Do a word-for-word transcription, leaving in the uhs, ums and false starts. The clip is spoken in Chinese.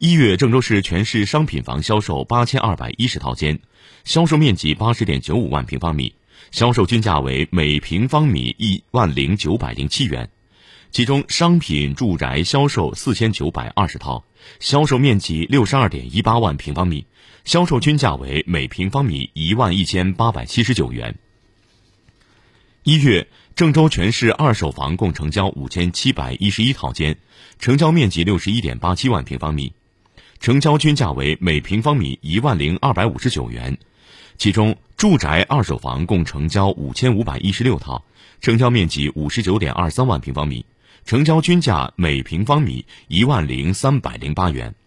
一月郑州市全市商品房销售八千二百一十套间，销售面积八十点九五万平方米，销售均价为每平方米一万零九百零七元。其中商品住宅销售四千九百二十套，销售面积六十二点一八万平方米，销售均价为每平方米一万一千八百七十九元。一月，郑州全市二手房共成交五千七百一十一套间，成交面积六十一点八七万平方米，成交均价为每平方米一万零二百五十九元。其中住宅二手房共成交五千五百一十六套，成交面积五十九点二三万平方米，成交均价每平方米一万零三百零八元。